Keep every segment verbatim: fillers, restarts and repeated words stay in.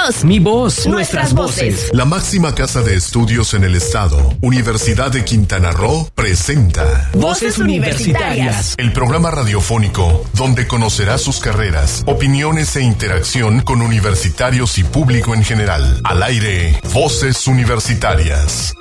voz. Mi voz. Nuestras voces. La máxima casa de estudios en el estado, Universidad de Quintana Roo, presenta Voces Universitarias. El programa radiofónico donde conocerás sus carreras, opiniones e interacción con universitarios y público en general. Al aire, Voces Universitarias.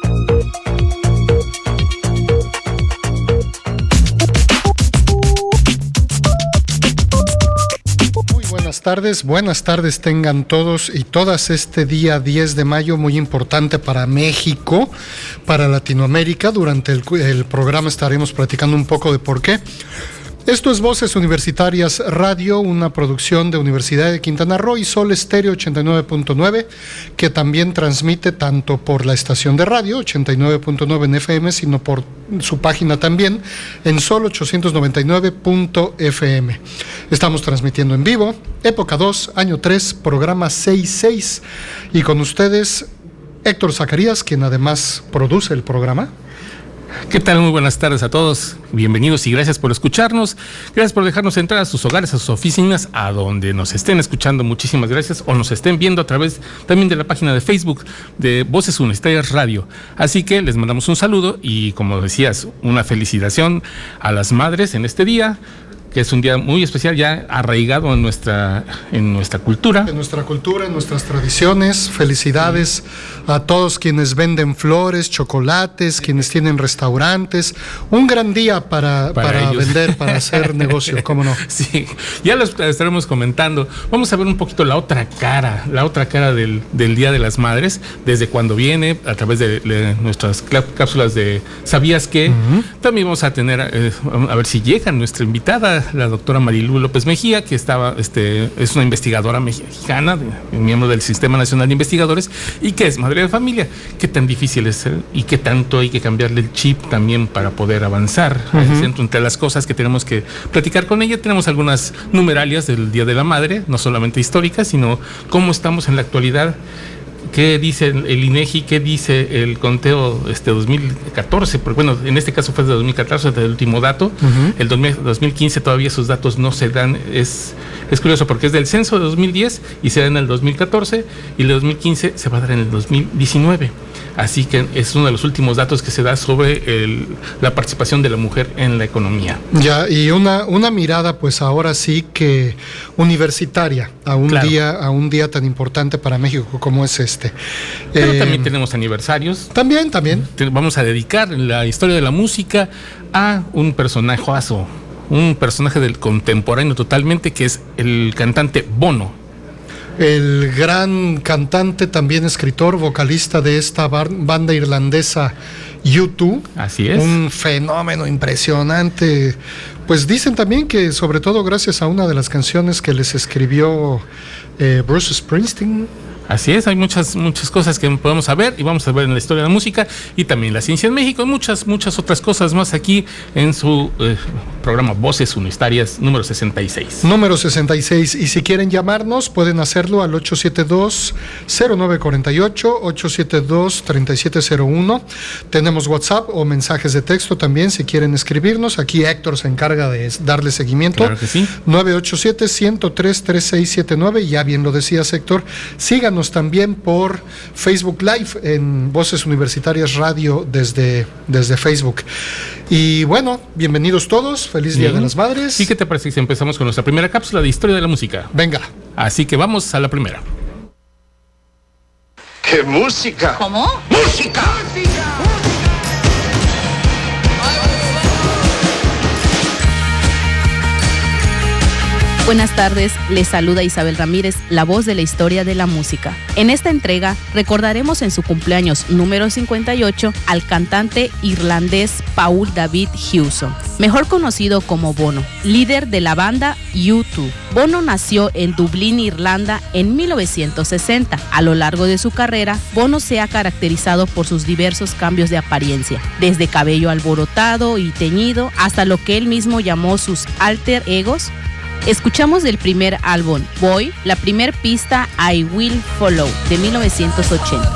Buenas tardes, buenas tardes tengan todos y todas este día diez de mayo muy importante para México, para Latinoamérica. Durante el, el programa estaremos platicando un poco de por qué. Esto es Voces Universitarias Radio, una producción de Universidad de Quintana Roo y Sol Estéreo ochenta y nueve punto nueve, que también transmite tanto por la estación de radio ochenta y nueve punto nueve en F M, sino por su página también en Sol ochocientos noventa y nueve punto F M. Estamos transmitiendo en vivo, época dos, año tres, programa sesenta y seis, y con ustedes Héctor Zacarías, quien además produce el programa. ¿Qué tal? Muy buenas tardes a todos. Bienvenidos y gracias por escucharnos. Gracias por dejarnos entrar a sus hogares, a sus oficinas, a donde nos estén escuchando. Muchísimas gracias. O nos estén viendo a través también de la página de Facebook de Voces Universitarias Radio. Así que les mandamos un saludo y, como decías, una felicitación a las madres en este día, que es un día muy especial, ya arraigado en nuestra, en nuestra cultura. En nuestra cultura, en nuestras tradiciones. Felicidades sí. a todos quienes venden flores, chocolates, sí. quienes tienen restaurantes. Un gran día para, para, para vender, para hacer negocio, ¿cómo no? Sí, ya lo estaremos comentando. Vamos a ver un poquito la otra cara, la otra cara del, del Día de las Madres, desde cuando viene, a través de, de nuestras cápsulas de ¿Sabías qué? Uh-huh. También vamos a tener, eh, a ver si llega nuestra invitada, la doctora Marilu López Mejía, que estaba, este, es una investigadora mexicana, de, miembro del Sistema Nacional de Investigadores, y que es madre de familia. Qué tan difícil es ser y qué tanto hay que cambiarle el chip también para poder avanzar. Uh-huh. Entre las cosas que tenemos que platicar con ella, tenemos algunas numeralias del Día de la Madre, no solamente históricas, sino cómo estamos en la actualidad. ¿Qué dice el INEGI? ¿Qué dice el conteo este dos mil catorce? Porque bueno, en este caso fue de dos mil catorce, el último dato. Uh-huh. El dos mil quince todavía esos datos no se dan. Es, es curioso porque es del censo de dos mil diez y se da en el dos mil catorce, y el dos mil quince se va a dar en el dos mil diecinueve. Así que es uno de los últimos datos que se da sobre el, la participación de la mujer en la economía. Ya, y una, una mirada pues ahora sí que universitaria a un claro. día, a un día tan importante para México como es este. Pero eh, también tenemos aniversarios. También, también. Vamos a dedicar la historia de la música a un personajazo, un personaje del contemporáneo totalmente, que es el cantante Bono. El gran cantante, también escritor, vocalista de esta bar, banda irlandesa U dos. Así es. Un fenómeno impresionante. Pues dicen también que sobre todo gracias a una de las canciones que les escribió eh, Bruce Springsteen. Así es, hay muchas muchas cosas que podemos saber y vamos a ver en la historia de la música y también la ciencia en México y muchas, muchas otras cosas más aquí en su eh, programa Voces Universitarias número sesenta y seis. Número sesenta y seis, y si quieren llamarnos pueden hacerlo al ocho siete dos, cero nueve cuatro ocho, ocho siete dos, tres siete cero uno. Tenemos WhatsApp o mensajes de texto también si quieren escribirnos. Aquí Héctor se encarga de darle seguimiento. Claro que sí. nueve ocho siete, uno cero tres, tres seis siete nueve, ya bien lo decías Héctor. Síganos también por Facebook Live en Voces Universitarias Radio desde, desde Facebook. Y bueno, bienvenidos todos, feliz Día Bien. de las Madres. ¿Y qué te parece si empezamos con nuestra primera cápsula de historia de la música? Venga. Así que vamos a la primera. ¡Qué música! ¿Cómo? ¡Música! ¡Música! Buenas tardes, les saluda Isabel Ramírez, la voz de la historia de la música. En esta entrega recordaremos en su cumpleaños número cincuenta y ocho al cantante irlandés Paul David Hewson, mejor conocido como Bono, líder de la banda U dos. Bono nació en Dublín, Irlanda, en mil novecientos sesenta. A lo largo de su carrera, Bono se ha caracterizado por sus diversos cambios de apariencia, desde cabello alborotado y teñido hasta lo que él mismo llamó sus alter egos. Escuchamos del primer álbum, Boy, la primer pista I Will Follow, de mil novecientos ochenta.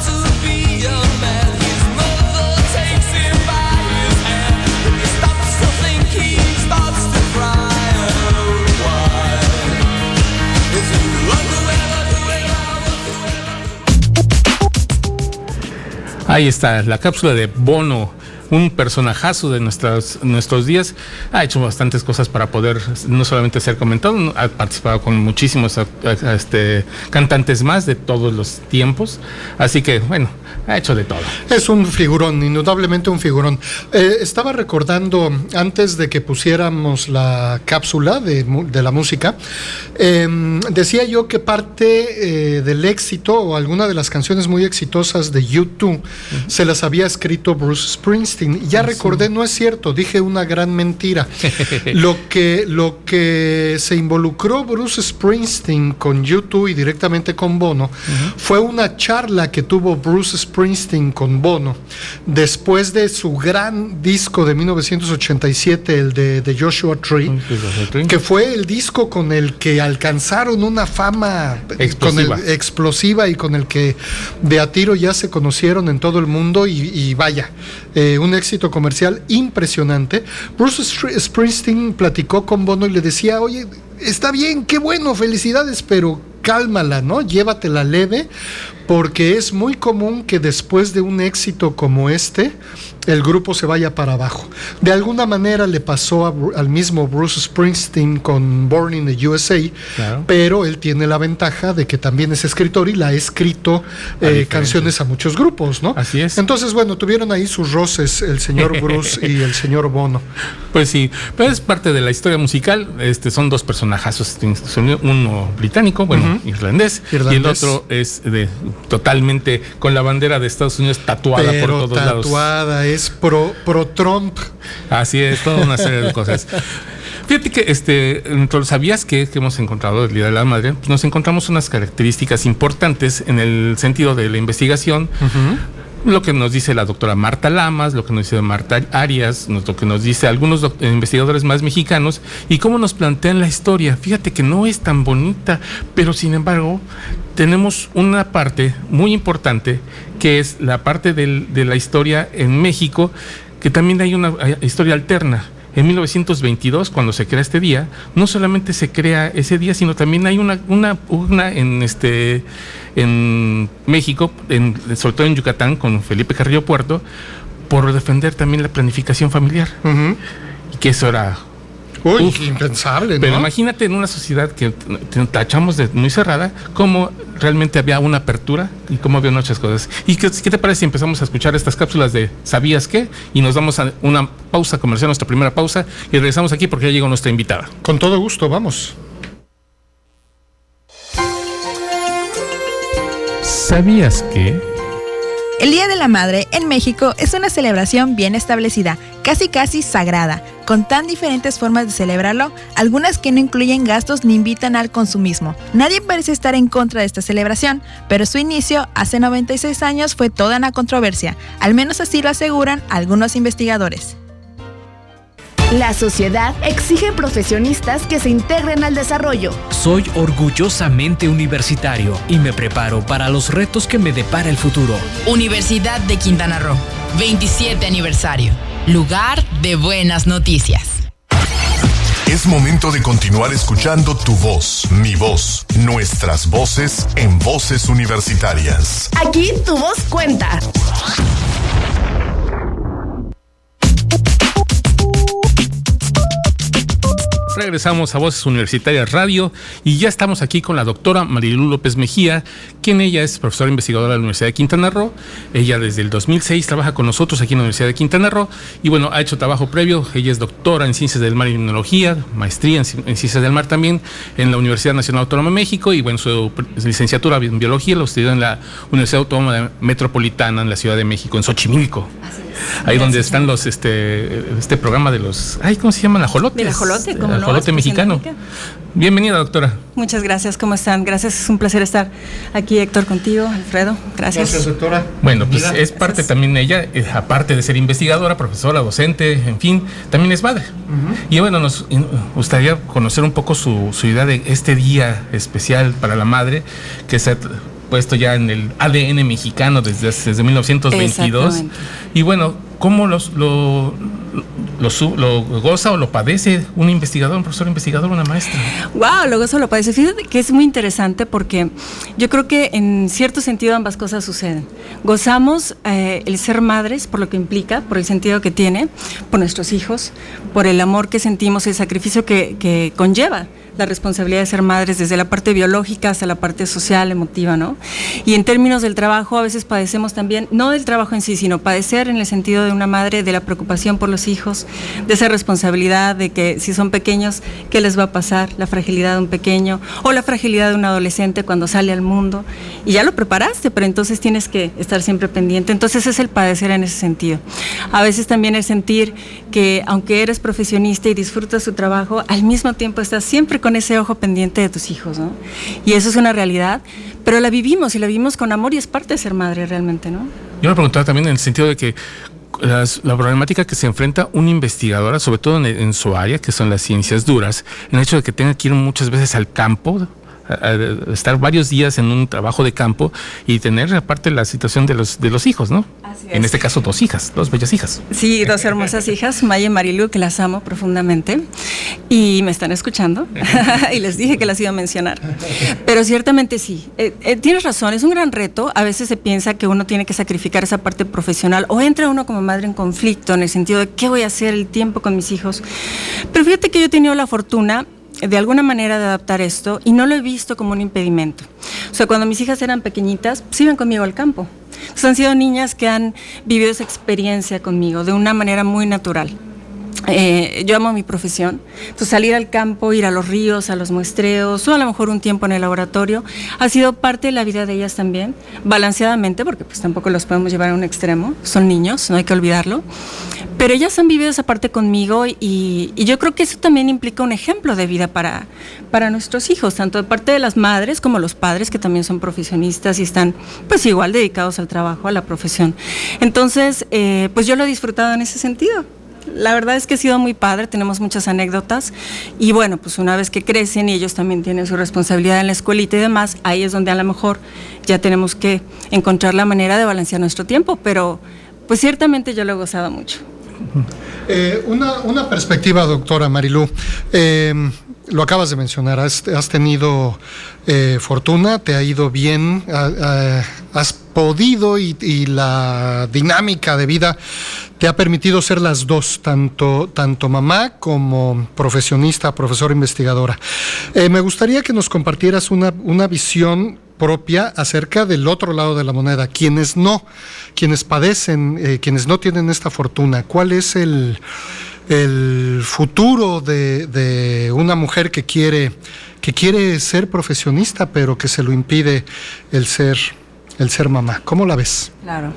Ahí está, la cápsula de Bono, un personajazo de nuestros, nuestros días. Ha hecho bastantes cosas para poder no solamente ser comentado, ha participado con muchísimos este, cantantes más de todos los tiempos. Así que, bueno, ha hecho de todo. Es un figurón, indudablemente un figurón. Eh, estaba recordando, antes de que pusiéramos la cápsula de, de la música, eh, decía yo que parte eh, del éxito o alguna de las canciones muy exitosas de U dos uh-huh. se las había escrito Bruce Springsteen. Ya recordé, no es cierto, dije una gran mentira. Lo que, lo que se involucró Bruce Springsteen con U dos y directamente con Bono uh-huh. fue una charla que tuvo Bruce Springsteen con Bono después de su gran disco de mil novecientos ochenta y siete, el de, de Joshua Tree, uh-huh. que fue el disco con el que alcanzaron una fama explosiva. Con el, explosiva y con el que de a tiro ya se conocieron en todo el mundo y, y vaya, eh, un éxito comercial impresionante. Bruce Springsteen platicó con Bono y le decía, oye, está bien, qué bueno, felicidades, pero cálmala, ¿no? Llévatela leve, porque es muy común que después de un éxito como este, el grupo se vaya para abajo. De alguna manera le pasó a, al mismo Bruce Springsteen con Born in the U S A, claro. Pero él tiene la ventaja de que también es escritor y la ha escrito eh, canciones a muchos grupos, ¿no? Así es. Entonces, bueno, tuvieron ahí sus roces el señor Bruce y el señor Bono. Pues sí, pero es parte de la historia musical. Este, son dos personajazos, uno británico, bueno, uh-huh. irlandés, irlandés, y el otro es de totalmente con la bandera de Estados Unidos tatuada pero por todos tatuada, lados. Tatuada, es pro, pro Trump. Así es, toda una serie de cosas. Fíjate que, este, ¿sabías que, que hemos encontrado el Día de la Madre? Pues nos encontramos unas características importantes en el sentido de la investigación. Uh-huh. Lo que nos dice la doctora Marta Lamas, lo que nos dice Marta Arias, lo que nos dice algunos doct- investigadores más mexicanos y cómo nos plantean la historia. Fíjate que no es tan bonita, pero sin embargo tenemos una parte muy importante que es la parte del, de la historia en México, que también hay una historia alterna. En mil novecientos veintidós, cuando se crea este día, no solamente se crea ese día, sino también hay una una una en este en México, en, sobre todo en Yucatán, con Felipe Carrillo Puerto, por defender también la planificación familiar. Uh-huh. Y que eso era Uy, uf, impensable, ¿no? Pero imagínate en una sociedad que tachamos de muy cerrada, cómo realmente había una apertura y cómo había muchas cosas. ¿Y qué, qué te parece si empezamos a escuchar estas cápsulas de ¿sabías qué? Y nos damos a una pausa comercial, nuestra primera pausa, y regresamos aquí porque ya llegó nuestra invitada. Con todo gusto, vamos. ¿Sabías qué? El Día de la Madre en México es una celebración bien establecida, casi casi sagrada, con tan diferentes formas de celebrarlo, algunas que no incluyen gastos ni invitan al consumismo. Nadie parece estar en contra de esta celebración, pero su inicio, hace noventa y seis años, fue toda una controversia, al menos así lo aseguran algunos investigadores. La sociedad exige profesionistas que se integren al desarrollo. Soy orgullosamente universitario y me preparo para los retos que me depara el futuro. Universidad de Quintana Roo, veintisiete aniversario. Lugar de buenas noticias. Es momento de continuar escuchando tu voz, mi voz, nuestras voces en Voces Universitarias. Aquí tu voz cuenta. Regresamos a Voces Universitarias Radio y ya estamos aquí con la doctora Marilu López Mejía, quien ella es profesora investigadora de la Universidad de Quintana Roo. Ella desde el dos mil seis trabaja con nosotros aquí en la Universidad de Quintana Roo y bueno, ha hecho trabajo previo. Ella es doctora en Ciencias del Mar y Inmunología, maestría en, en Ciencias del Mar también en la Universidad Nacional Autónoma de México y bueno, su licenciatura en Biología la estudió en la Universidad Autónoma Metropolitana en la Ciudad de México, en Xochimilco. Ahí donde están los, este, este programa de los, ay, ¿cómo se llama? El ajolote. Del ajolote, ¿cómo no? Ajolote mexicano. Bienvenida, doctora. Muchas gracias, ¿cómo están? Gracias, es un placer estar aquí, Héctor, contigo, Alfredo, gracias. Gracias, doctora. Bueno, pues Mira, es parte gracias. También ella, aparte de ser investigadora, profesora, docente, en fin, también es madre. Uh-huh. Y bueno, nos gustaría conocer un poco su, su idea de este día especial para la madre, que se puesto ya en el A D N mexicano desde, desde mil novecientos veintidós. Y bueno, ¿cómo los, lo, lo, lo goza o lo padece un investigador, un profesor investigador, una maestra? Wow, lo goza o lo padece. Fíjate que es muy interesante porque yo creo que en cierto sentido ambas cosas suceden. Gozamos eh, el ser madres por lo que implica, por el sentido que tiene, por nuestros hijos, por el amor que sentimos, el sacrificio que, que conlleva la responsabilidad de ser madres, desde la parte biológica hasta la parte social, emotiva, ¿no? Y en términos del trabajo, a veces padecemos también, no del trabajo en sí, sino padecer en el sentido de una madre, de la preocupación por los hijos, de esa responsabilidad de que si son pequeños, ¿qué les va a pasar? La fragilidad de un pequeño o la fragilidad de un adolescente cuando sale al mundo. Y ya lo preparaste, pero entonces tienes que estar siempre pendiente. Entonces es el padecer en ese sentido. A veces también el sentir que aunque eres profesionista y disfrutas tu trabajo, al mismo tiempo estás siempre con ese ojo pendiente de tus hijos, ¿no? Y eso es una realidad, pero la vivimos y la vivimos con amor y es parte de ser madre realmente, ¿no? Yo me preguntaba también en el sentido de que las, la problemática que se enfrenta una investigadora, sobre todo en, en su área, que son las ciencias duras, en el hecho de que tenga que ir muchas veces al campo, a, a estar varios días en un trabajo de campo y tener aparte la situación de los de los hijos, ¿no? Así es. En este caso dos hijas, dos bellas hijas. Sí, dos hermosas hijas, Maya y Marilu, que las amo profundamente y me están escuchando y les dije que las iba a mencionar. Pero ciertamente sí, eh, eh, tienes razón, es un gran reto. A veces se piensa que uno tiene que sacrificar esa parte profesional o entra uno como madre en conflicto en el sentido de ¿qué voy a hacer el tiempo con mis hijos? Pero fíjate que yo he tenido la fortuna de alguna manera de adaptar esto y no lo he visto como un impedimento. O sea, cuando mis hijas eran pequeñitas, pues iban conmigo al campo. Entonces han sido niñas que han vivido esa experiencia conmigo de una manera muy natural. Eh, yo amo mi profesión, entonces salir al campo, ir a los ríos, a los muestreos o a lo mejor un tiempo en el laboratorio ha sido parte de la vida de ellas también, balanceadamente, porque pues tampoco los podemos llevar a un extremo, son niños, no hay que olvidarlo, pero ellas han vivido esa parte conmigo y, y yo creo que eso también implica un ejemplo de vida para, para nuestros hijos, tanto de parte de las madres como los padres que también son profesionistas y están pues igual dedicados al trabajo, a la profesión. Entonces, eh, pues yo lo he disfrutado en ese sentido. La verdad es que ha sido muy padre, tenemos muchas anécdotas y bueno, pues una vez que crecen y ellos también tienen su responsabilidad en la escuelita y demás, ahí es donde a lo mejor ya tenemos que encontrar la manera de balancear nuestro tiempo, pero pues ciertamente yo lo he gozado mucho. Eh, una, una perspectiva, doctora Marilu, eh, lo acabas de mencionar, has, has tenido eh, fortuna, te ha ido bien, a, a, has podido y, y la dinámica de vida te ha permitido ser las dos, tanto, tanto mamá como profesionista, profesora investigadora. Eh, me gustaría que nos compartieras una, una visión propia acerca del otro lado de la moneda, quienes no, quienes padecen, eh, quienes no tienen esta fortuna. ¿Cuál es el, el futuro de, de una mujer que quiere, que quiere ser profesionista, pero que se lo impide el ser, el ser mamá? ¿Cómo la ves? Claro.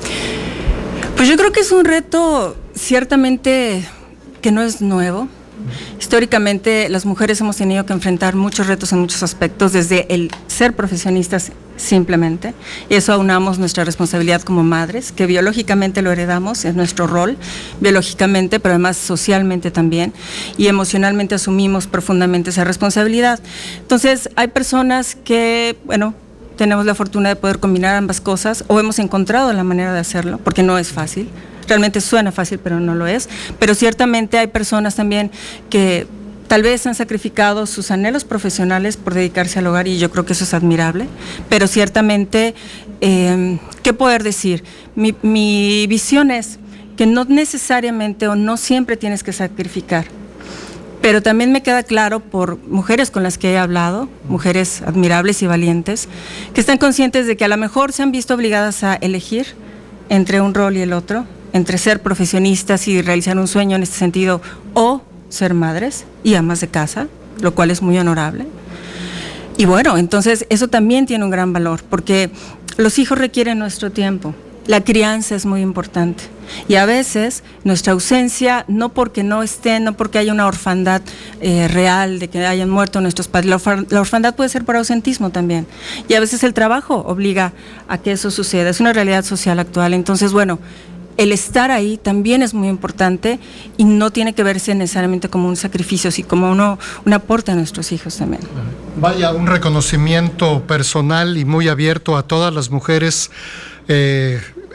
Pues yo creo que es un reto ciertamente que no es nuevo. Históricamente las mujeres hemos tenido que enfrentar muchos retos en muchos aspectos, desde el ser profesionistas simplemente, y eso aunamos nuestra responsabilidad como madres, que biológicamente lo heredamos, es nuestro rol, biológicamente, pero además socialmente también, y emocionalmente asumimos profundamente esa responsabilidad. Entonces hay personas que, bueno, tenemos la fortuna de poder combinar ambas cosas, o hemos encontrado la manera de hacerlo, porque no es fácil. Realmente suena fácil, pero no lo es. Pero ciertamente hay personas también que tal vez han sacrificado sus anhelos profesionales por dedicarse al hogar y yo creo que eso es admirable. Pero ciertamente, eh, ¿qué poder decir? Mi, mi visión es que no necesariamente o no siempre tienes que sacrificar. Pero también me queda claro por mujeres con las que he hablado, mujeres admirables y valientes, que están conscientes de que a lo mejor se han visto obligadas a elegir entre un rol y el otro, entre ser profesionistas y realizar un sueño en este sentido, o ser madres y amas de casa, lo cual es muy honorable. Y bueno, entonces eso también tiene un gran valor, porque los hijos requieren nuestro tiempo, la crianza es muy importante, y a veces nuestra ausencia, no porque no estén, no porque haya una orfandad eh, real, de que hayan muerto nuestros padres, la, orf- la orfandad puede ser por ausentismo también, y a veces el trabajo obliga a que eso suceda, es una realidad social actual. Entonces, bueno, el estar ahí también es muy importante y no tiene que verse necesariamente como un sacrificio, sino como uno, un aporte a nuestros hijos también. Vaya, un reconocimiento personal y muy abierto a todas las mujeres eh,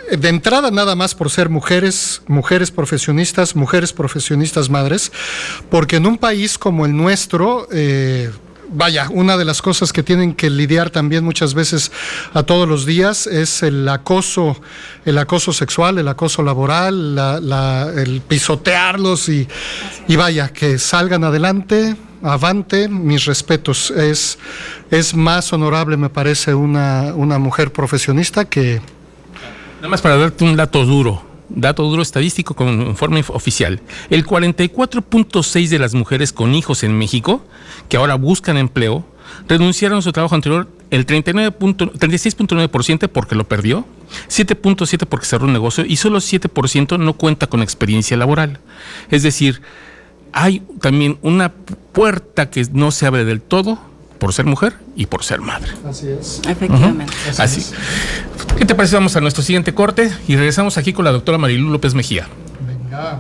de entrada nada más por ser mujeres, mujeres profesionistas, mujeres profesionistas madres, porque en un país como el nuestro, eh, vaya, una de las cosas que tienen que lidiar también muchas veces a todos los días es el acoso, el acoso sexual, el acoso laboral, la, la, el pisotearlos y, y vaya, que salgan adelante, avante, mis respetos. Es, es más honorable, me parece, una, una mujer profesionista que... Nada más para darte un dato duro. Dato duro estadístico con forma oficial. El cuarenta y cuatro punto seis de las mujeres con hijos en México, que ahora buscan empleo, renunciaron a su trabajo anterior el treinta y seis punto nueve por ciento porque lo perdió, siete punto siete por ciento porque cerró un negocio y solo siete por ciento no cuenta con experiencia laboral. Es decir, hay también una puerta que no se abre del todo por ser mujer y por ser madre. Así es. Efectivamente. Uh-huh. Así. Así. ¿Qué te parece? Vamos a nuestro siguiente corte y regresamos aquí con la doctora Marilú López Mejía. Venga.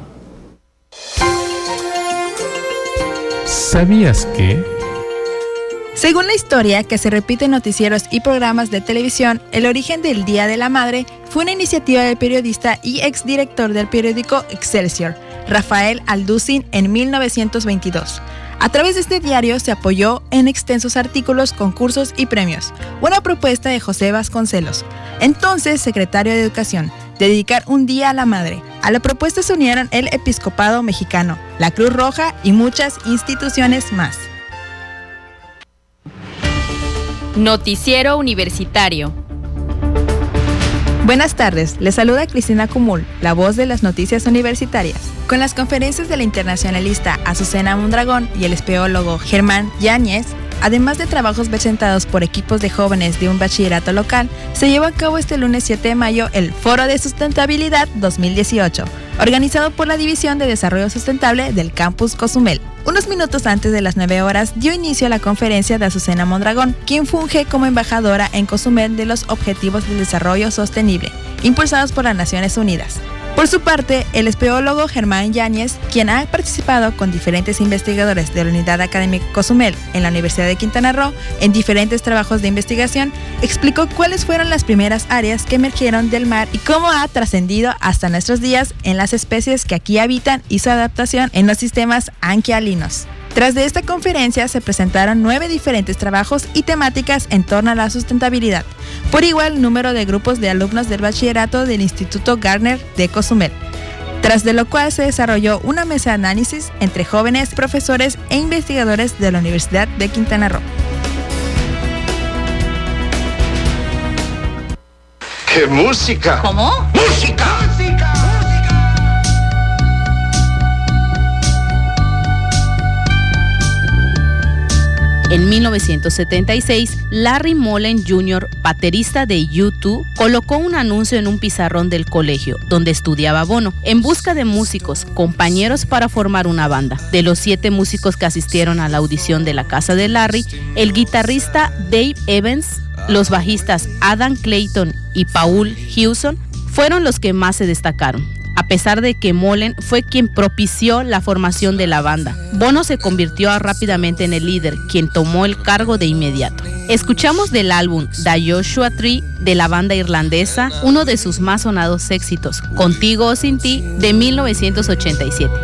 ¿Sabías que? Según la historia que se repite en noticieros y programas de televisión, el origen del Día de la Madre fue una iniciativa del periodista y exdirector del periódico Excelsior, Rafael Alducin, en mil novecientos veintidós. A través de este diario se apoyó en extensos artículos, concursos y premios. Una propuesta de José Vasconcelos, entonces secretario de Educación, de dedicar un día a la madre. A la propuesta se unieron el Episcopado Mexicano, la Cruz Roja y muchas instituciones más. Noticiero Universitario. Buenas tardes, les saluda Cristina Cumul, la voz de las noticias universitarias. Con las conferencias de la internacionalista Azucena Mondragón y el espeólogo Germán Yáñez, además de trabajos presentados por equipos de jóvenes de un bachillerato local, se llevó a cabo este lunes siete de mayo el Foro de Sustentabilidad dos mil dieciocho, organizado por la División de Desarrollo Sustentable del Campus Cozumel. Unos minutos antes de las nueve horas dio inicio a la conferencia de Azucena Mondragón, quien funge como embajadora en Cozumel de los Objetivos del Desarrollo Sostenible, impulsados por las Naciones Unidas. Por su parte, el espeólogo Germán Yáñez, quien ha participado con diferentes investigadores de la Unidad Académica Cozumel en la Universidad de Quintana Roo en diferentes trabajos de investigación, explicó cuáles fueron las primeras áreas que emergieron del mar y cómo ha trascendido hasta nuestros días en las especies que aquí habitan y su adaptación en los sistemas anquialinos. Tras de esta conferencia se presentaron nueve diferentes trabajos y temáticas en torno a la sustentabilidad, por igual número de grupos de alumnos del bachillerato del Instituto Gardner de Cozumel, tras de lo cual se desarrolló una mesa de análisis entre jóvenes, profesores e investigadores de la Universidad de Quintana Roo. ¡Qué música! ¿Cómo? ¡Música! ¡Música! En mil novecientos setenta y seis, Larry Mullen junior, baterista de U dos, colocó un anuncio en un pizarrón del colegio donde estudiaba Bono, en busca de músicos, compañeros para formar una banda. De los siete músicos que asistieron a la audición de la casa de Larry, el guitarrista Dave Evans, los bajistas Adam Clayton y Paul Hewson fueron los que más se destacaron. A pesar de que Mullen fue quien propició la formación de la banda, Bono se convirtió rápidamente en el líder, quien tomó el cargo de inmediato. Escuchamos del álbum The Joshua Tree de la banda irlandesa uno de sus más sonados éxitos, Contigo o Sin Ti, de mil novecientos ochenta y siete.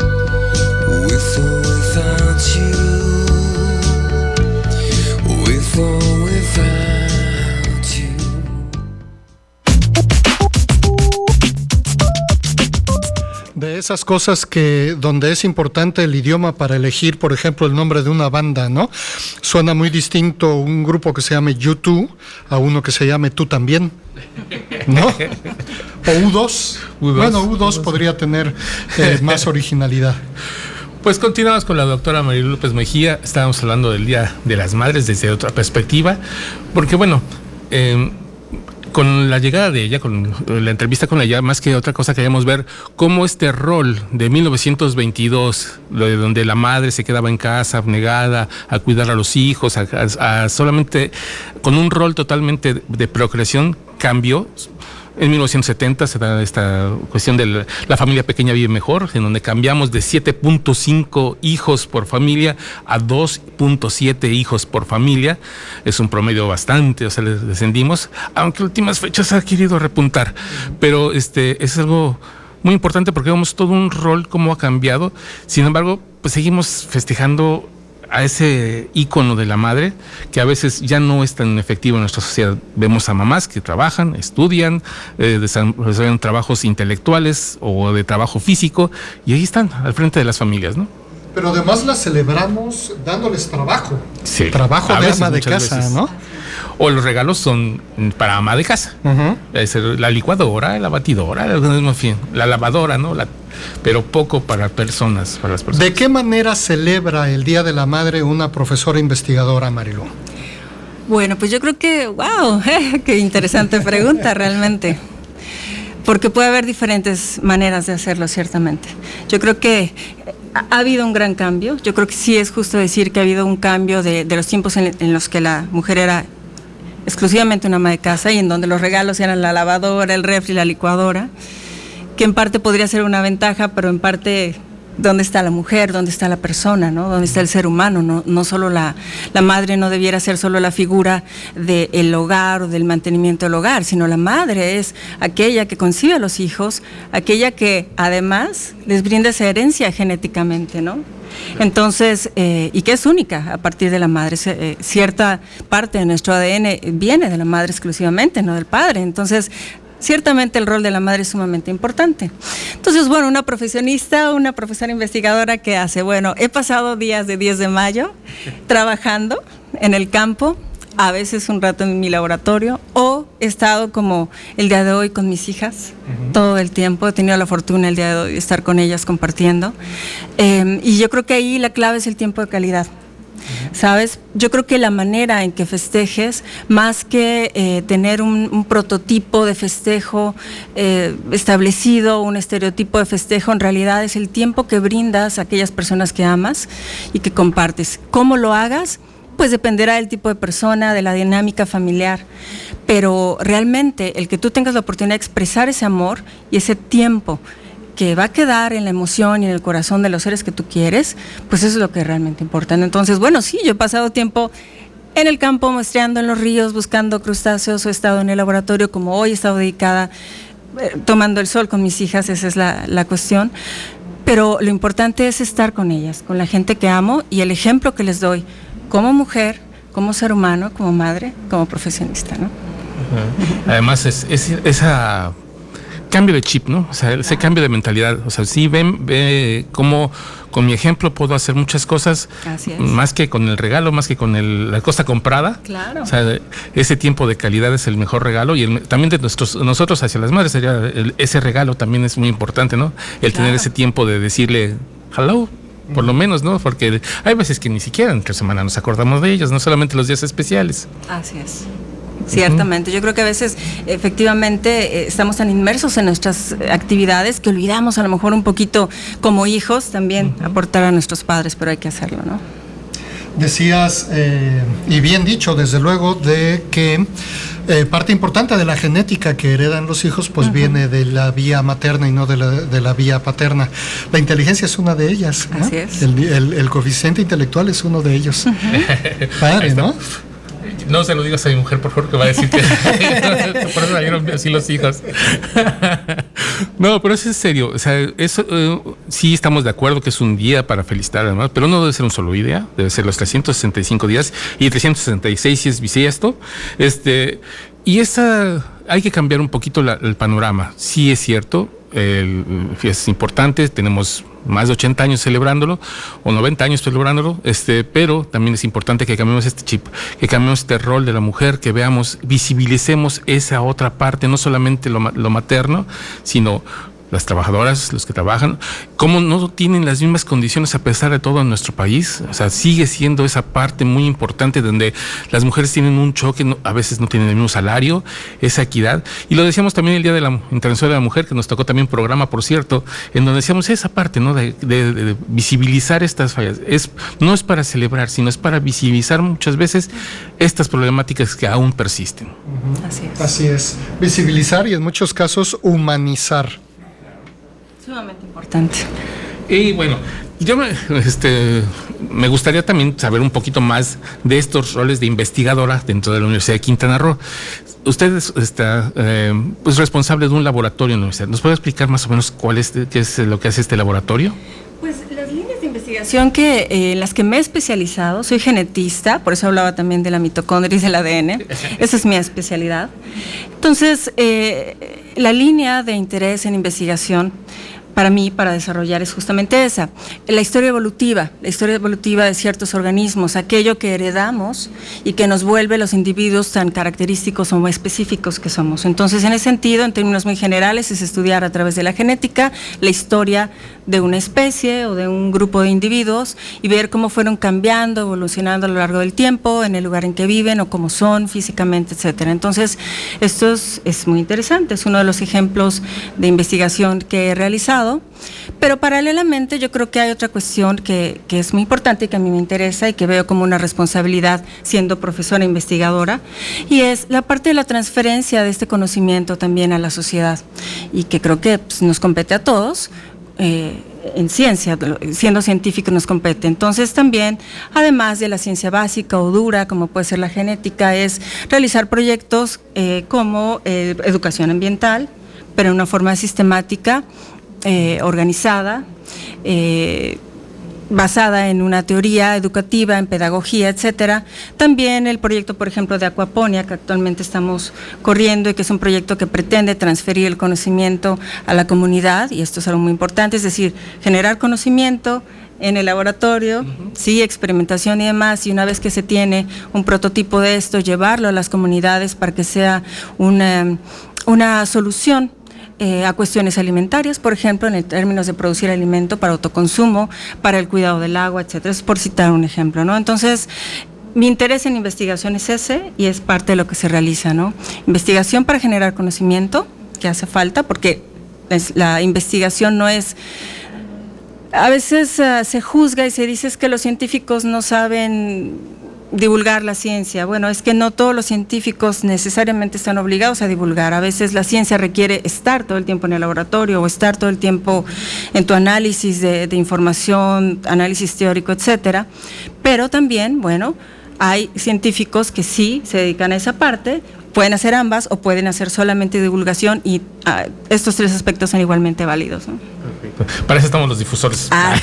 De esas cosas que donde es importante el idioma para elegir, por ejemplo, el nombre de una banda, ¿no? Suena muy distinto un grupo que se llame U dos a uno que se llame Tú También, ¿no? O U dos. U dos. Bueno, U dos podría tener eh, más originalidad. Pues continuamos con la doctora Marilú López Mejía. Estábamos hablando del Día de las Madres desde otra perspectiva, porque bueno, eh, con la llegada de ella, con la entrevista con ella, más que otra cosa queríamos ver cómo este rol de mil novecientos veintidós, de donde la madre se quedaba en casa abnegada a cuidar a los hijos, a, a, a solamente con un rol totalmente de procreación, cambió En mil novecientos setenta se da esta cuestión de la, la familia pequeña vive mejor, en donde cambiamos de siete punto cinco hijos por familia a dos punto siete hijos por familia. Es un promedio bastante, o sea, les descendimos, aunque últimas fechas ha querido repuntar. Pero este es algo muy importante porque vemos todo un rol, cómo ha cambiado. Sin embargo, pues seguimos festejando a ese ícono de la madre, que a veces ya no es tan efectivo en nuestra sociedad. Vemos a mamás que trabajan, estudian, eh, desarrollan trabajos intelectuales o de trabajo físico, y ahí están, al frente de las familias, ¿no? Pero además las celebramos dándoles trabajo. Sí. Trabajo A de veces, ama de muchas casa, veces. ¿no? O los regalos son para ama de casa. Uh-huh. Es la licuadora, la batidora, en fin, la lavadora, ¿no? La, pero poco para personas, para las personas. ¿De qué manera celebra el Día de la Madre una profesora investigadora, Marilu? Bueno, pues yo creo que, wow, qué interesante pregunta realmente. Porque puede haber diferentes maneras de hacerlo, ciertamente. Yo creo que ha habido un gran cambio. Yo creo que sí es justo decir que ha habido un cambio de, de los tiempos en, en los que la mujer era exclusivamente una ama de casa y en donde los regalos eran la lavadora, el refri, la licuadora, que en parte podría ser una ventaja, pero en parte, ¿dónde está la mujer? ¿Dónde está la persona? ¿No? ¿Dónde está el ser humano? No, no solo la, la madre no debiera ser solo la figura del hogar o del mantenimiento del hogar, sino la madre es aquella que concibe a los hijos, aquella que además les brinda esa herencia genéticamente, ¿no? Entonces, eh, y que es única a partir de la madre, eh, cierta parte de nuestro A D N viene de la madre exclusivamente, no del padre. Entonces, ciertamente el rol de la madre es sumamente importante. Entonces, bueno, una profesionista, una profesora investigadora que hace, bueno, he pasado días de diez de mayo trabajando en el campo, a veces un rato en mi laboratorio, o he estado como el día de hoy con mis hijas, uh-huh. todo el tiempo, he tenido la fortuna el día de hoy de estar con ellas compartiendo, eh, y yo creo que ahí la clave es el tiempo de calidad. ¿Sabes? Yo creo que la manera en que festejes, más que eh, tener un, un prototipo de festejo eh, establecido, un estereotipo de festejo, en realidad es el tiempo que brindas a aquellas personas que amas y que compartes. ¿Cómo lo hagas? Pues dependerá del tipo de persona, de la dinámica familiar, pero realmente el que tú tengas la oportunidad de expresar ese amor y ese tiempo que va a quedar en la emoción y en el corazón de los seres que tú quieres, pues eso es lo que realmente importa. Entonces, bueno, sí, yo he pasado tiempo en el campo muestreando en los ríos, buscando crustáceos, o he estado en el laboratorio, como hoy he estado dedicada eh, tomando el sol con mis hijas, esa es la, la cuestión. Pero lo importante es estar con ellas, con la gente que amo, y el ejemplo que les doy como mujer, como ser humano, como madre, como profesionista, ¿no? Uh-huh. Además, es, es esa cambio de chip, ¿no? O sea, ese cambio de mentalidad. O sea, sí ven, ve cómo con mi ejemplo puedo hacer muchas cosas, más que con el regalo, más que con el, la cosa comprada. Claro. O sea, ese tiempo de calidad es el mejor regalo, y el, también de nuestros, nosotros hacia las madres sería el, ese regalo también es muy importante, ¿no? El claro. tener ese tiempo de decirle hello, por lo menos, ¿no? Porque hay veces que ni siquiera entre semana nos acordamos de ellos, no solamente los días especiales. Así es. Ciertamente, yo creo que a veces efectivamente eh, estamos tan inmersos en nuestras actividades que olvidamos a lo mejor un poquito como hijos también uh-huh. aportar a nuestros padres, pero hay que hacerlo, ¿no? Decías, eh, y bien dicho, desde luego, de que eh, parte importante de la genética que heredan los hijos, pues uh-huh. viene de la vía materna y no de la, de la vía paterna. La inteligencia es una de ellas, ¿no? Así es. El, el, el coeficiente intelectual es uno de ellos. Uh-huh. Padre, ¿no? No se lo digas a mi mujer, por favor, que va a decir que por eso salieron así los hijos. No, pero eso es serio. O sea, eso eh, sí estamos de acuerdo que es un día para felicitar además, pero no debe ser un solo día, debe ser los trescientos sesenta y cinco días y trescientos sesenta y seis si es bisiesto. Este, y esa hay que cambiar un poquito la, el panorama. Sí es cierto, el, es importante, tenemos más de ochenta años celebrándolo, o noventa años celebrándolo, este, pero también es importante que cambiemos este chip, que cambiemos este rol de la mujer, que veamos, visibilicemos esa otra parte, no solamente lo, lo materno, sino las trabajadoras, los que trabajan, cómo no tienen las mismas condiciones a pesar de todo en nuestro país. O sea, sigue siendo esa parte muy importante donde las mujeres tienen un choque, no, a veces no tienen el mismo salario, esa equidad. Y lo decíamos también el Día de la Internacional de la Mujer, que nos tocó también programa, por cierto, en donde decíamos esa parte, ¿no? De, de, de visibilizar estas fallas. Es, no es para celebrar, sino es para visibilizar muchas veces estas problemáticas que aún persisten. Uh-huh. Así es. Así es. Visibilizar y en muchos casos humanizar. Sumamente importante. Y bueno, yo me, este, me gustaría también saber un poquito más de estos roles de investigadora dentro de la Universidad de Quintana Roo. Usted está eh, pues responsable de un laboratorio en la universidad. ¿Nos puede explicar más o menos cuál es, qué es lo que hace este laboratorio? Pues las líneas de investigación que eh, las que me he especializado, soy genetista, por eso hablaba también de la mitocondria y del A D N. Esa es mi especialidad. Entonces, eh, la línea de interés en investigación para mí, para desarrollar, es justamente esa, la historia evolutiva, la historia evolutiva de ciertos organismos, aquello que heredamos y que nos vuelve los individuos tan característicos o específicos que somos. Entonces, en ese sentido, en términos muy generales, es estudiar a través de la genética la historia de una especie o de un grupo de individuos y ver cómo fueron cambiando, evolucionando a lo largo del tiempo, en el lugar en que viven o cómo son físicamente, etcétera. Entonces, esto es, es muy interesante, es uno de los ejemplos de investigación que he realizado. Pero paralelamente yo creo que hay otra cuestión que, que es muy importante y que a mí me interesa y que veo como una responsabilidad siendo profesora investigadora, y es la parte de la transferencia de este conocimiento también a la sociedad, y que creo que pues, nos compete a todos. Eh, en ciencia, siendo científico nos compete. Entonces también, además de la ciencia básica o dura, como puede ser la genética, es realizar proyectos eh, como eh, educación ambiental, pero en una forma sistemática, Eh, organizada, eh, basada en una teoría educativa, en pedagogía, etcétera. También el proyecto, por ejemplo, de Aquaponia, que actualmente estamos corriendo y que es un proyecto que pretende transferir el conocimiento a la comunidad, y esto es algo muy importante, es decir, generar conocimiento en el laboratorio, uh-huh. sí, experimentación y demás, y una vez que se tiene un prototipo de esto, llevarlo a las comunidades para que sea una, una solución Eh, a cuestiones alimentarias, por ejemplo, en el términos de producir alimento para autoconsumo, para el cuidado del agua, etcétera. Es por citar un ejemplo, ¿no? Entonces, mi interés en investigación es ese y es parte de lo que se realiza, ¿no? Investigación para generar conocimiento, que hace falta, porque es, la investigación no es... A veces uh, se juzga y se dice es que los científicos no saben divulgar la ciencia. Bueno, es que no todos los científicos necesariamente están obligados a divulgar. A veces la ciencia requiere estar todo el tiempo en el laboratorio o estar todo el tiempo en tu análisis de, de información, análisis teórico, etcétera. Pero también, bueno, hay científicos que sí se dedican a esa parte, pueden hacer ambas o pueden hacer solamente divulgación, y uh, estos tres aspectos son igualmente válidos, ¿no? Perfecto. Para eso estamos los difusores. Ah.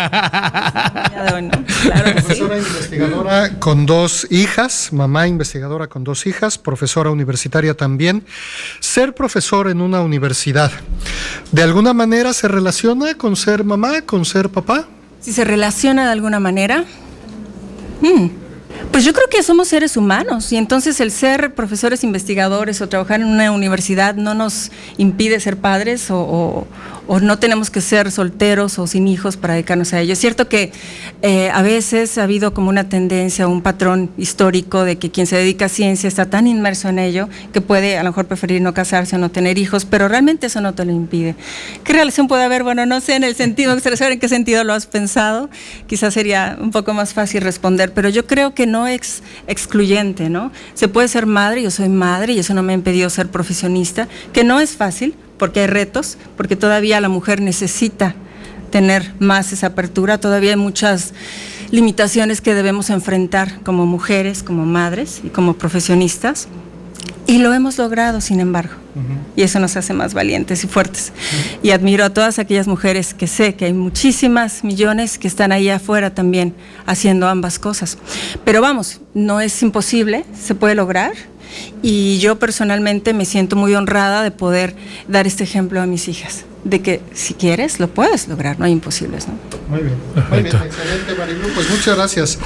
Bueno, claro, profesora sí. Investigadora con dos hijas, mamá investigadora con dos hijas, profesora universitaria también. Ser profesor en una universidad, ¿de alguna manera se relaciona con ser mamá, con ser papá? Si se relaciona de alguna manera... Hmm. Pues yo creo que somos seres humanos y entonces el ser profesores investigadores o trabajar en una universidad no nos impide ser padres o, o, o no tenemos que ser solteros o sin hijos para dedicarnos a ello. Es cierto que eh, a veces ha habido como una tendencia, un patrón histórico de que quien se dedica a ciencia está tan inmerso en ello que puede a lo mejor preferir no casarse o no tener hijos, pero realmente eso no te lo impide. ¿Qué relación puede haber? Bueno, no sé en el sentido, me gustaría saber en qué sentido lo has pensado, quizás sería un poco más fácil responder, pero yo creo que no es excluyente, ¿no? Se puede ser madre, yo soy madre y eso no me ha impedido ser profesionista, que no es fácil porque hay retos, porque todavía la mujer necesita tener más esa apertura, todavía hay muchas limitaciones que debemos enfrentar como mujeres, como madres y como profesionistas, y lo hemos logrado, sin embargo, uh-huh. y eso nos hace más valientes y fuertes. Uh-huh. Y admiro a todas aquellas mujeres que sé que hay muchísimas millones que están ahí afuera también haciendo ambas cosas. Pero vamos, no es imposible, se puede lograr, y yo personalmente me siento muy honrada de poder dar este ejemplo a mis hijas, de que si quieres lo puedes lograr, no hay imposibles, ¿no? Muy bien, muy bien, excelente, Marilu, pues muchas gracias.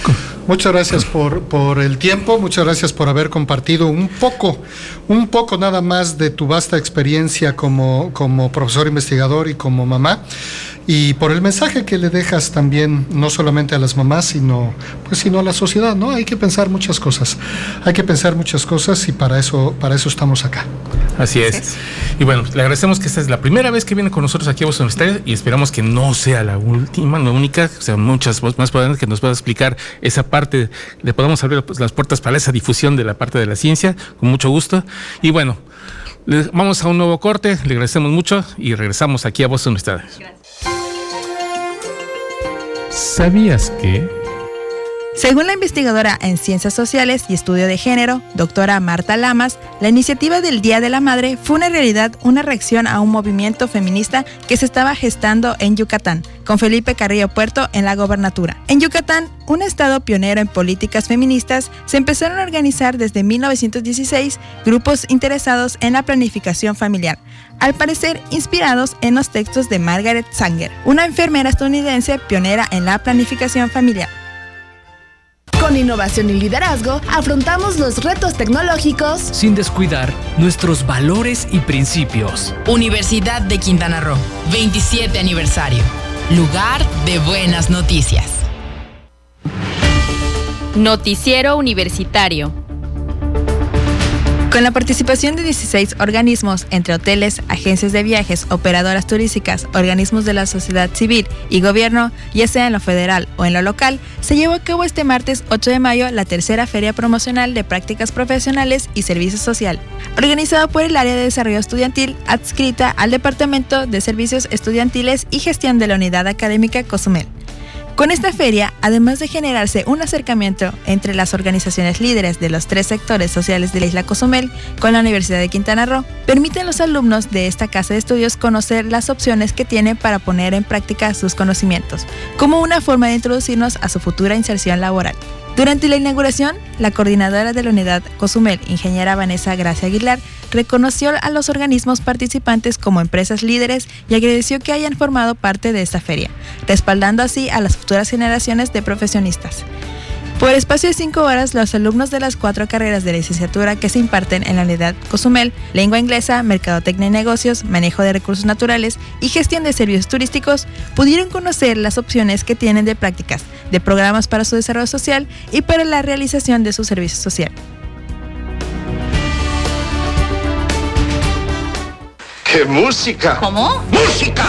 Muchas gracias por, por el tiempo, muchas gracias por haber compartido un poco, un poco nada más de tu vasta experiencia como, como profesor investigador y como mamá, y por el mensaje que le dejas también, no solamente a las mamás, sino, pues, sino a la sociedad, ¿no? Hay que pensar muchas cosas, hay que pensar muchas cosas y para eso, para eso estamos acá. Así es. Sí. Y bueno, le agradecemos que esta es la primera vez que viene con nosotros aquí a Voces Universitarias y esperamos que no sea la última, la única, o sea, muchas más probablemente que nos pueda explicar esa parte, le podamos abrir pues, las puertas para esa difusión de la parte de la ciencia, con mucho gusto. Y bueno, vamos a un nuevo corte, le agradecemos mucho y regresamos aquí a Voces Universitarias. Gracias. ¿Sabías que? Según la investigadora en Ciencias Sociales y Estudio de Género, doctora Marta Lamas, la iniciativa del Día de la Madre fue en realidad una reacción a un movimiento feminista que se estaba gestando en Yucatán, con Felipe Carrillo Puerto en la gobernatura. En Yucatán, un estado pionero en políticas feministas, se empezaron a organizar desde mil novecientos dieciséis grupos interesados en la planificación familiar, al parecer inspirados en los textos de Margaret Sanger, una enfermera estadounidense pionera en la planificación familiar. Con innovación y liderazgo, afrontamos los retos tecnológicos sin descuidar nuestros valores y principios. Universidad de Quintana Roo, veintisiete aniversario. Lugar de buenas noticias. Noticiero Universitario. Con la participación de dieciséis organismos, entre hoteles, agencias de viajes, operadoras turísticas, organismos de la sociedad civil y gobierno, ya sea en lo federal o en lo local, se llevó a cabo este martes ocho de mayo la tercera Feria Promocional de Prácticas Profesionales y Servicio Social, organizada por el Área de Desarrollo Estudiantil adscrita al Departamento de Servicios Estudiantiles y Gestión de la Unidad Académica Cozumel. Con esta feria, además de generarse un acercamiento entre las organizaciones líderes de los tres sectores sociales de la isla Cozumel con la Universidad de Quintana Roo, permiten a los alumnos de esta casa de estudios conocer las opciones que tienen para poner en práctica sus conocimientos, como una forma de introducirnos a su futura inserción laboral. Durante la inauguración, la coordinadora de la unidad Cozumel, ingeniera Vanessa Gracia Aguilar, reconoció a los organismos participantes como empresas líderes y agradeció que hayan formado parte de esta feria, respaldando así a las futuras generaciones de profesionistas. Por espacio de cinco horas, los alumnos de las cuatro carreras de licenciatura que se imparten en la unidad Cozumel, lengua inglesa, mercadotecnia y negocios, manejo de recursos naturales y gestión de servicios turísticos, pudieron conocer las opciones que tienen de prácticas, de programas para su desarrollo social y para la realización de su servicio social. ¡Qué música! ¿Cómo? ¡Música!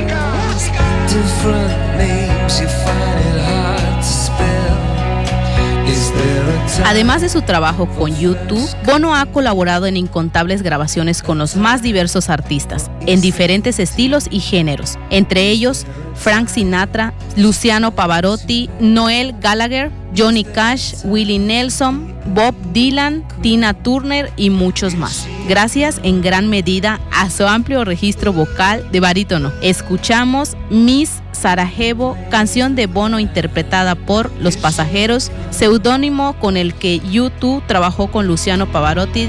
Además de su trabajo con YouTube, Bono ha colaborado en incontables grabaciones con los más diversos artistas, en diferentes estilos y géneros, entre ellos Frank Sinatra, Luciano Pavarotti, Noel Gallagher, Johnny Cash, Willie Nelson, Bob Dylan, Tina Turner y muchos más. Gracias en gran medida a su amplio registro vocal de barítono. Escuchamos Miss Sarajevo, canción de Bono interpretada por Los Pasajeros, seudónimo con el que U dos trabajó con Luciano Pavarotti.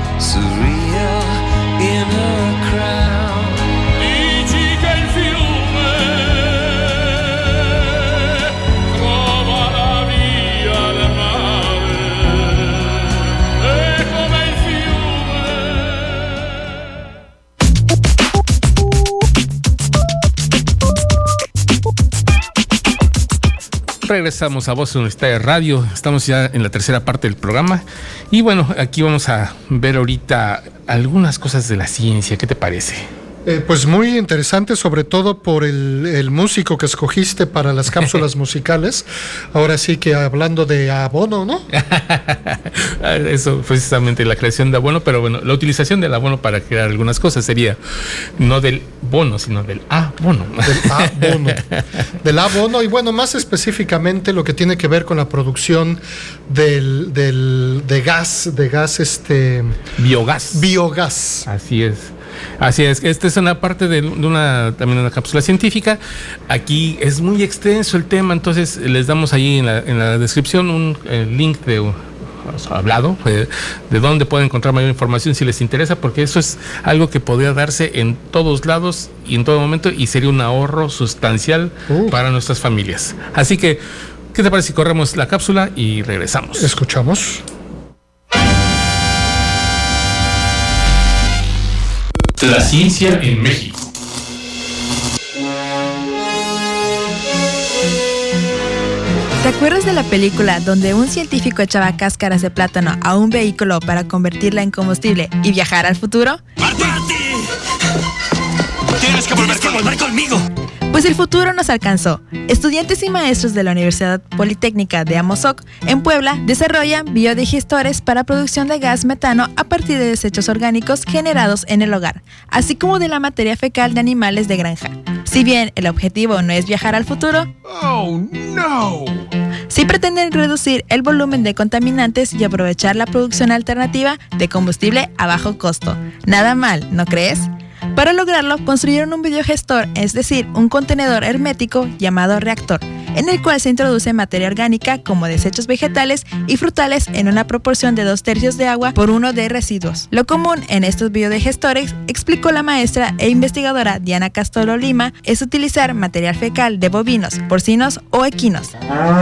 Regresamos a Voces Universitarias Radio, estamos ya en la tercera parte del programa y bueno, aquí vamos a ver ahorita algunas cosas de la ciencia, ¿qué te parece? Eh, pues muy interesante, sobre todo por el, el músico que escogiste para las cápsulas musicales. Ahora sí que hablando de abono, ¿no? Eso, precisamente, la creación de abono, pero bueno, la utilización del abono para crear algunas cosas sería no del bono, sino del abono. Del abono. Del abono, y bueno, más específicamente lo que tiene que ver con la producción del, del de gas, de gas este... Biogás. Biogás. Así es. Así es, esta es una parte de una también una cápsula científica. Aquí es muy extenso el tema, entonces les damos ahí en la, en la descripción un link de uh, hablado de, de dónde pueden encontrar mayor información si les interesa, porque eso es algo que podría darse en todos lados y en todo momento y sería un ahorro sustancial uh. para nuestras familias. Así que ¿Qué te parece si corremos la cápsula y regresamos? Escuchamos. La ciencia en México. ¿Te acuerdas de la película donde un científico echaba cáscaras de plátano a un vehículo para convertirla en combustible y viajar al futuro? ¡Marty! ¡Tienes que volver, que volver conmigo! Pues el futuro nos alcanzó. Estudiantes y maestros de la Universidad Politécnica de Amozoc, en Puebla, desarrollan biodigestores para producción de gas metano a partir de desechos orgánicos generados en el hogar, así como de la materia fecal de animales de granja. Si bien el objetivo no es viajar al futuro, ¡oh, no! sí pretenden reducir el volumen de contaminantes y aprovechar la producción alternativa de combustible a bajo costo. Nada mal, ¿no crees? Para lograrlo, construyeron un biogestor, es decir, un contenedor hermético llamado reactor, en el cual se introduce materia orgánica como desechos vegetales y frutales en una proporción de dos tercios de agua por uno de residuos. Lo común en estos biodigestores, explicó la maestra e investigadora Diana Castolo Lima, es utilizar material fecal de bovinos, porcinos o equinos.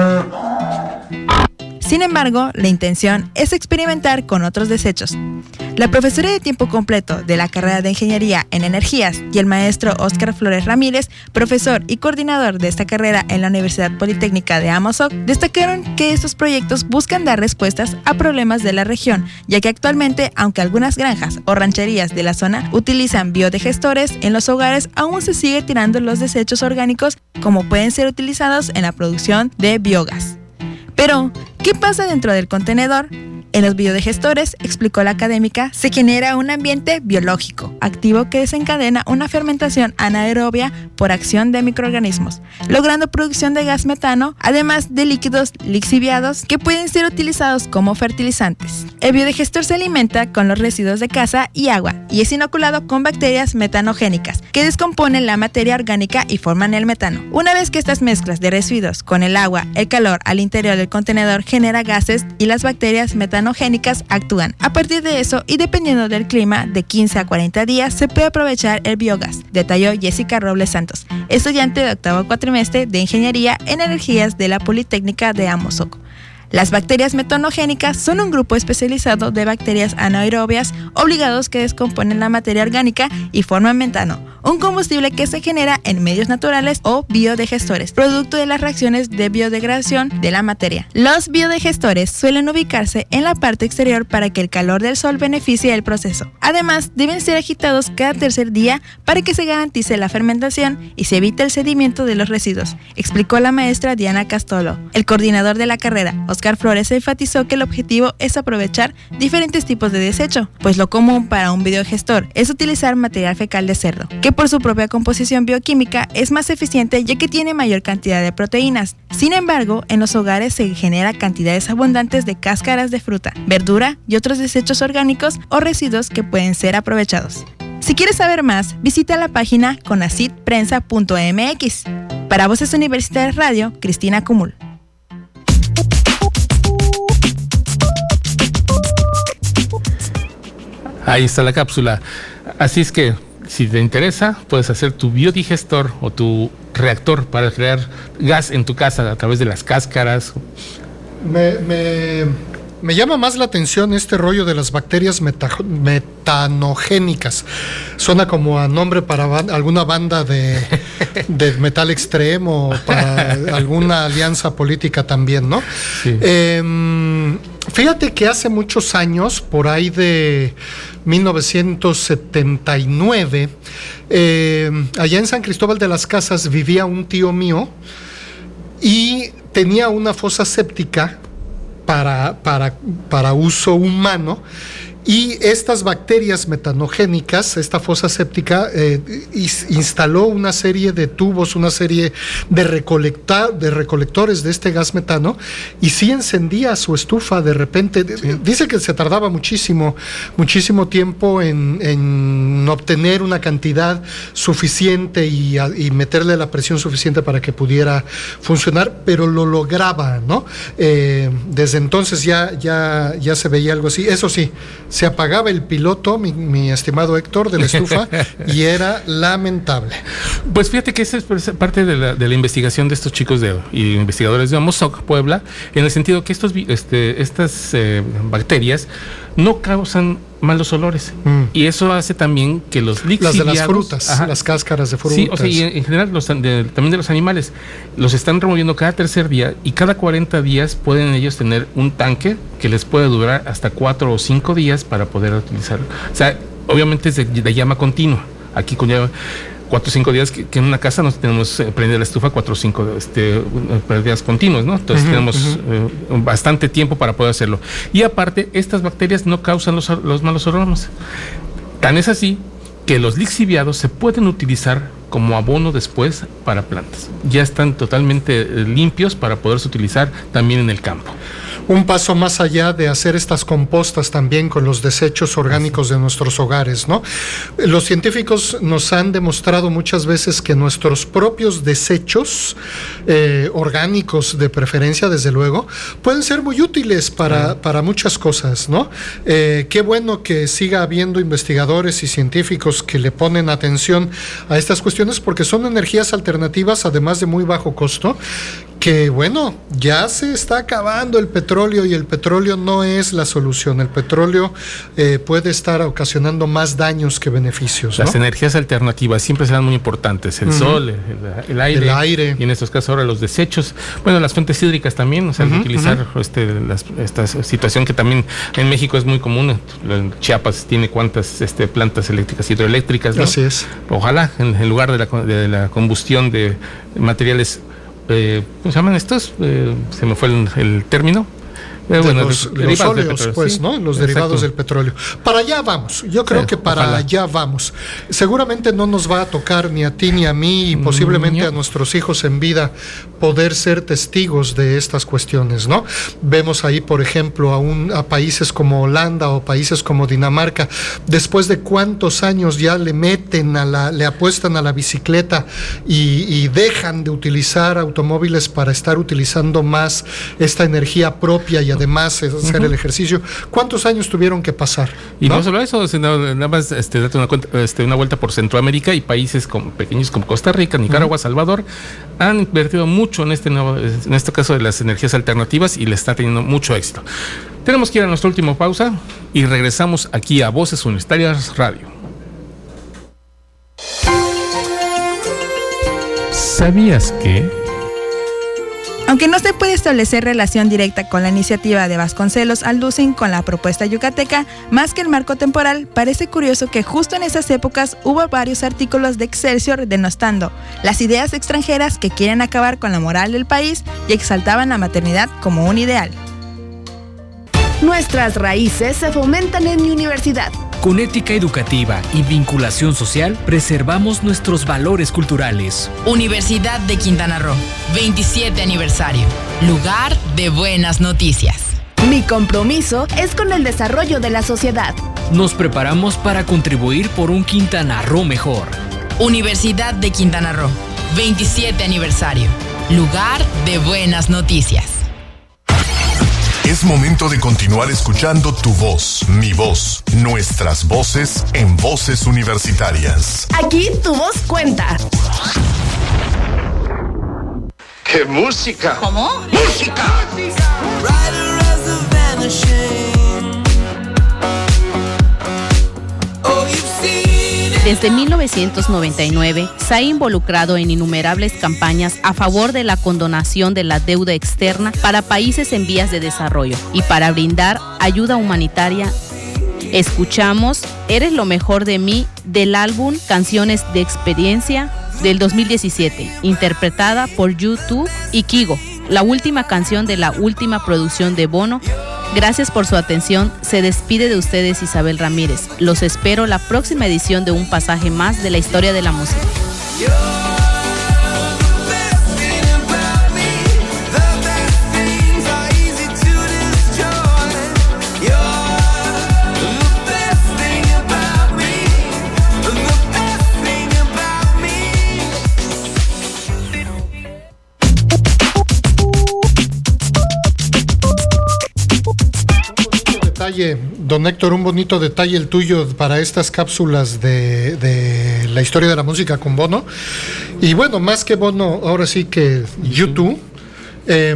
Sin embargo, la intención es experimentar con otros desechos. La profesora de tiempo completo de la carrera de Ingeniería en Energías y el maestro Óscar Flores Ramírez, profesor y coordinador de esta carrera en la Universidad Politécnica de Amozoc, destacaron que estos proyectos buscan dar respuestas a problemas de la región, ya que actualmente, aunque algunas granjas o rancherías de la zona utilizan biodigestores, en los hogares aún se sigue tirando los desechos orgánicos como pueden ser utilizados en la producción de biogás. Pero, ¿qué pasa dentro del contenedor? En los biodigestores, explicó la académica, se genera un ambiente biológico activo que desencadena una fermentación anaerobia por acción de microorganismos, logrando producción de gas metano, además de líquidos lixiviados que pueden ser utilizados como fertilizantes. El biodigestor se alimenta con los residuos de caza y agua y es inoculado con bacterias metanogénicas que descomponen la materia orgánica y forman el metano. Una vez que estas mezclas de residuos con el agua, el calor al interior del contenedor genera gases y las bacterias metanogénicas actúan. A partir de eso y dependiendo del clima, de quince a cuarenta días se puede aprovechar el biogás, detalló Jessica Robles Santos, estudiante de octavo cuatrimestre de Ingeniería en Energías de la Politécnica de Amozoc. Las bacterias metanogénicas son un grupo especializado de bacterias anaerobias obligados que descomponen la materia orgánica y forman metano, un combustible que se genera en medios naturales o biodigestores, producto de las reacciones de biodegradación de la materia. Los biodigestores suelen ubicarse en la parte exterior para que el calor del sol beneficie el proceso. Además, deben ser agitados cada tercer día para que se garantice la fermentación y se evite el sedimento de los residuos, explicó la maestra Diana Castolo. El coordinador de la carrera, Óscar Flores, enfatizó que el objetivo es aprovechar diferentes tipos de desecho, pues lo común para un biogestor es utilizar material fecal de cerdo, que por su propia composición bioquímica es más eficiente ya que tiene mayor cantidad de proteínas. Sin embargo, en los hogares se genera cantidades abundantes de cáscaras de fruta, verdura y otros desechos orgánicos o residuos que pueden ser aprovechados. Si quieres saber más, visita la página conacitprensa punto m x. Para Voces Universitarias Radio, Cristina Cumul. Ahí está la cápsula. Así es que, si te interesa, puedes hacer tu biodigestor o tu reactor para crear gas en tu casa a través de las cáscaras. Me, me, me llama más la atención este rollo de las bacterias meta, metanogénicas. Suena como a nombre para ban, alguna banda de, de metal extremo, para alguna alianza política también, ¿no? Sí. Eh, fíjate que hace muchos años, por ahí de mil novecientos setenta y nueve, eh, allá en San Cristóbal de las Casas vivía un tío mío y tenía una fosa séptica para, para, para uso humano. Y estas bacterias metanogénicas, esta fosa séptica, eh, instaló una serie de tubos, una serie de, recolecta, de recolectores de este gas metano, y sí encendía su estufa de repente. Sí. Dice que se tardaba muchísimo, muchísimo tiempo en, en obtener una cantidad suficiente y, y meterle la presión suficiente para que pudiera funcionar, pero lo lograba, ¿no? Eh, desde entonces ya, ya, ya se veía algo así. Eso sí, se apagaba el piloto, mi, mi estimado Héctor, de la estufa, y era lamentable. Pues fíjate que esa es parte de la, de la investigación de estos chicos de, y investigadores de Amozoc, Puebla, en el sentido que estos, este, estas eh, bacterias no causan malos olores. Mm. Y eso hace también que los lixiviados... Las de las frutas, ajá, las cáscaras de frutas. Sí, o sea, y en, en general los, de, también de los animales. Los están removiendo cada tercer día y cada cuarenta días pueden ellos tener un tanque que les puede durar hasta cuatro o cinco días para poder utilizarlo. O sea, obviamente es de, de llama continua. Aquí con llama... cuatro o cinco días que, que en una casa nos tenemos eh, prendida la estufa cuatro o cinco este, días continuos, ¿no? Entonces uh-huh, tenemos uh-huh. eh, bastante tiempo para poder hacerlo. Y aparte, estas bacterias no causan los, los malos aromas. Tan es así que los lixiviados se pueden utilizar como abono después para plantas. Ya están totalmente eh, limpios para poderse utilizar también en el campo. Un paso más allá de hacer estas compostas también con los desechos orgánicos de nuestros hogares, ¿no? Los científicos nos han demostrado muchas veces que nuestros propios desechos eh, orgánicos, de preferencia, desde luego, pueden ser muy útiles para, uh-huh. para muchas cosas, ¿no? Eh, qué bueno que siga habiendo investigadores y científicos que le ponen atención a estas cuestiones, porque son energías alternativas, además de muy bajo costo, que bueno, ya se está acabando el petróleo y el petróleo no es la solución. El petróleo eh, puede estar ocasionando más daños que beneficios, ¿no? Las energías alternativas siempre serán muy importantes. El uh-huh. sol, el, el, aire, el aire. Y en estos casos ahora los desechos. Bueno, las fuentes hídricas también, o sea, uh-huh, utilizar uh-huh. este, las, esta situación que también en México es muy común. Chiapas tiene cuantas este, plantas eléctricas, hidroeléctricas, ¿no? Así es. Ojalá, en, en lugar de la, de la combustión de materiales, Eh, ¿cómo se llaman estos? Eh, se me fue el, el término. Eh, bueno, los, los óleos, pues, ¿sí? ¿no? Los Exacto. derivados del petróleo. Para allá vamos. Yo creo eh, que para ojalá. allá vamos. Seguramente no nos va a tocar ni a ti ni a mí y posiblemente mm, a nuestros hijos en vida poder ser testigos de estas cuestiones, ¿no? Vemos ahí, por ejemplo, a, un, a países como Holanda o países como Dinamarca, después de cuántos años ya le meten a la, le apuestan a la bicicleta y, y dejan de utilizar automóviles para estar utilizando más esta energía propia y además hacer uh-huh. el ejercicio. ¿Cuántos años tuvieron que pasar? Y no, no solo eso, sino nada más este, date una, cuenta, este, una vuelta por Centroamérica y países como, pequeños como Costa Rica, Nicaragua, uh-huh. Salvador, han invertido mucho en este nuevo, en este caso de las energías alternativas y le está teniendo mucho éxito. Tenemos que ir a nuestra última pausa y regresamos aquí a Voces Universitarias Radio. ¿Sabías que? Aunque no se puede establecer relación directa con la iniciativa de Vasconcelos Alducin con la propuesta yucateca, más que el marco temporal, parece curioso que justo en esas épocas hubo varios artículos de Excelsior denostando las ideas extranjeras que quieren acabar con la moral del país y exaltaban la maternidad como un ideal. Nuestras raíces se fomentan en mi universidad. Con ética educativa y vinculación social, preservamos nuestros valores culturales. Universidad de Quintana Roo, veintisiete aniversario. Lugar de buenas noticias. Mi compromiso es con el desarrollo de la sociedad. Nos preparamos para contribuir por un Quintana Roo mejor. Universidad de Quintana Roo, veintisiete aniversario. Lugar de buenas noticias. Es momento de continuar escuchando tu voz, mi voz, nuestras voces en Voces Universitarias. Aquí tu voz cuenta. ¡Qué música! ¿Cómo? ¡Música! Desde mil novecientos noventa y nueve se ha involucrado en innumerables campañas a favor de la condonación de la deuda externa para países en vías de desarrollo y para brindar ayuda humanitaria. Escuchamos Eres lo mejor de mí del álbum Canciones de Experiencia del dos mil diecisiete, interpretada por YouTube y Kigo, la última canción de la última producción de Bono. Gracias por su atención. Se despide de ustedes Isabel Ramírez. Los espero la próxima edición de Un Pasaje Más de la Historia de la Música. don Héctor, un bonito detalle el tuyo para estas cápsulas de, de la historia de la música con Bono. Y bueno, más que Bono, ahora sí que YouTube. Eh,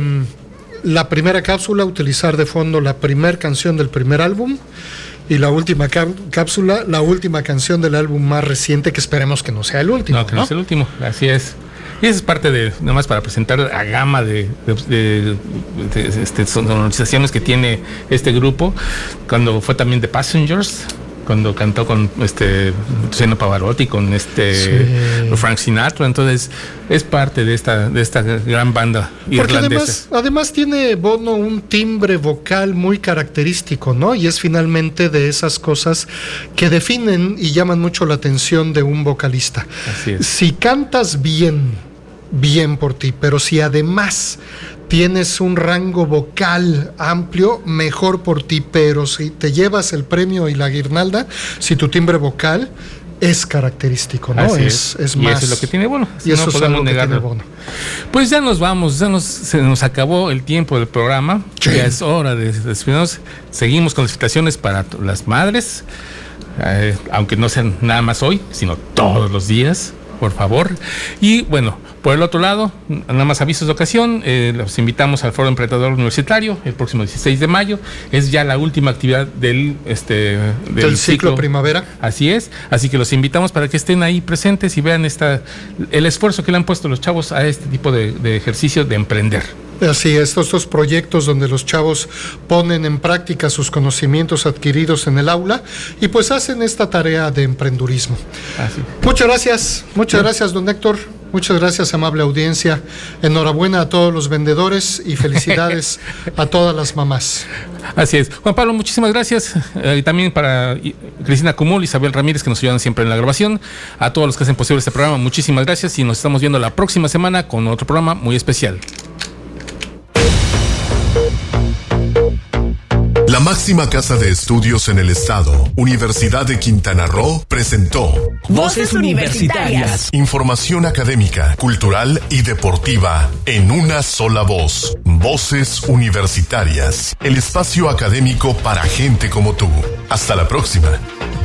la primera cápsula, utilizar de fondo la primera canción del primer álbum. Y la última cápsula, la última canción del álbum más reciente, que esperemos que no sea el último. No, que no, no sea el último, así es. Y esa es parte de, nada más para presentar la gama de, de, de, de, de este, sonorizaciones que tiene este grupo. Cuando fue también The Passengers, cuando cantó con este Luciano Pavarotti, con este sí. Frank Sinatra. Entonces es parte de esta de esta gran banda irlandesa. Porque además, además tiene Bono un timbre vocal muy característico, ¿no? Y es finalmente de esas cosas que definen y llaman mucho la atención de un vocalista. Así es. Si cantas bien, bien por ti, pero si además tienes un rango vocal amplio, mejor por ti, pero si te llevas el premio y la guirnalda, si tu timbre vocal es característico, ¿no? Así es, es, es y más. eso es lo que tiene Bono. Y eso no es algo que tiene Bono. Pues ya nos vamos, ya nos, se nos acabó el tiempo del programa. Sí. Ya es hora de despedirnos. Seguimos con las felicitaciones para las madres, eh, aunque no sean nada más hoy, sino todos los días, por favor. Y bueno, por el otro lado, nada más avisos de ocasión, eh, los invitamos al Foro Emprendedor Universitario el próximo dieciséis de mayo. Es ya la última actividad del, este, del, del ciclo, ciclo primavera. Así es, así que los invitamos para que estén ahí presentes y vean esta, el esfuerzo que le han puesto los chavos a este tipo de, de ejercicio de emprender. Así, estos dos proyectos donde los chavos ponen en práctica sus conocimientos adquiridos en el aula y pues hacen esta tarea de emprendurismo. Así. Muchas gracias, muchas sí. gracias, don Héctor. Muchas gracias, amable audiencia. Enhorabuena a todos los vendedores y felicidades a todas las mamás. Así es. Juan Pablo, muchísimas gracias. Eh, y también para Cristina Cumul, Isabel Ramírez, que nos ayudan siempre en la grabación. A todos los que hacen posible este programa, muchísimas gracias. Y nos estamos viendo la próxima semana con otro programa muy especial. La máxima casa de estudios en el estado, Universidad de Quintana Roo, presentó Voces Universitarias. Información académica, cultural y deportiva en una sola voz. Voces Universitarias, el espacio académico para gente como tú. Hasta la próxima.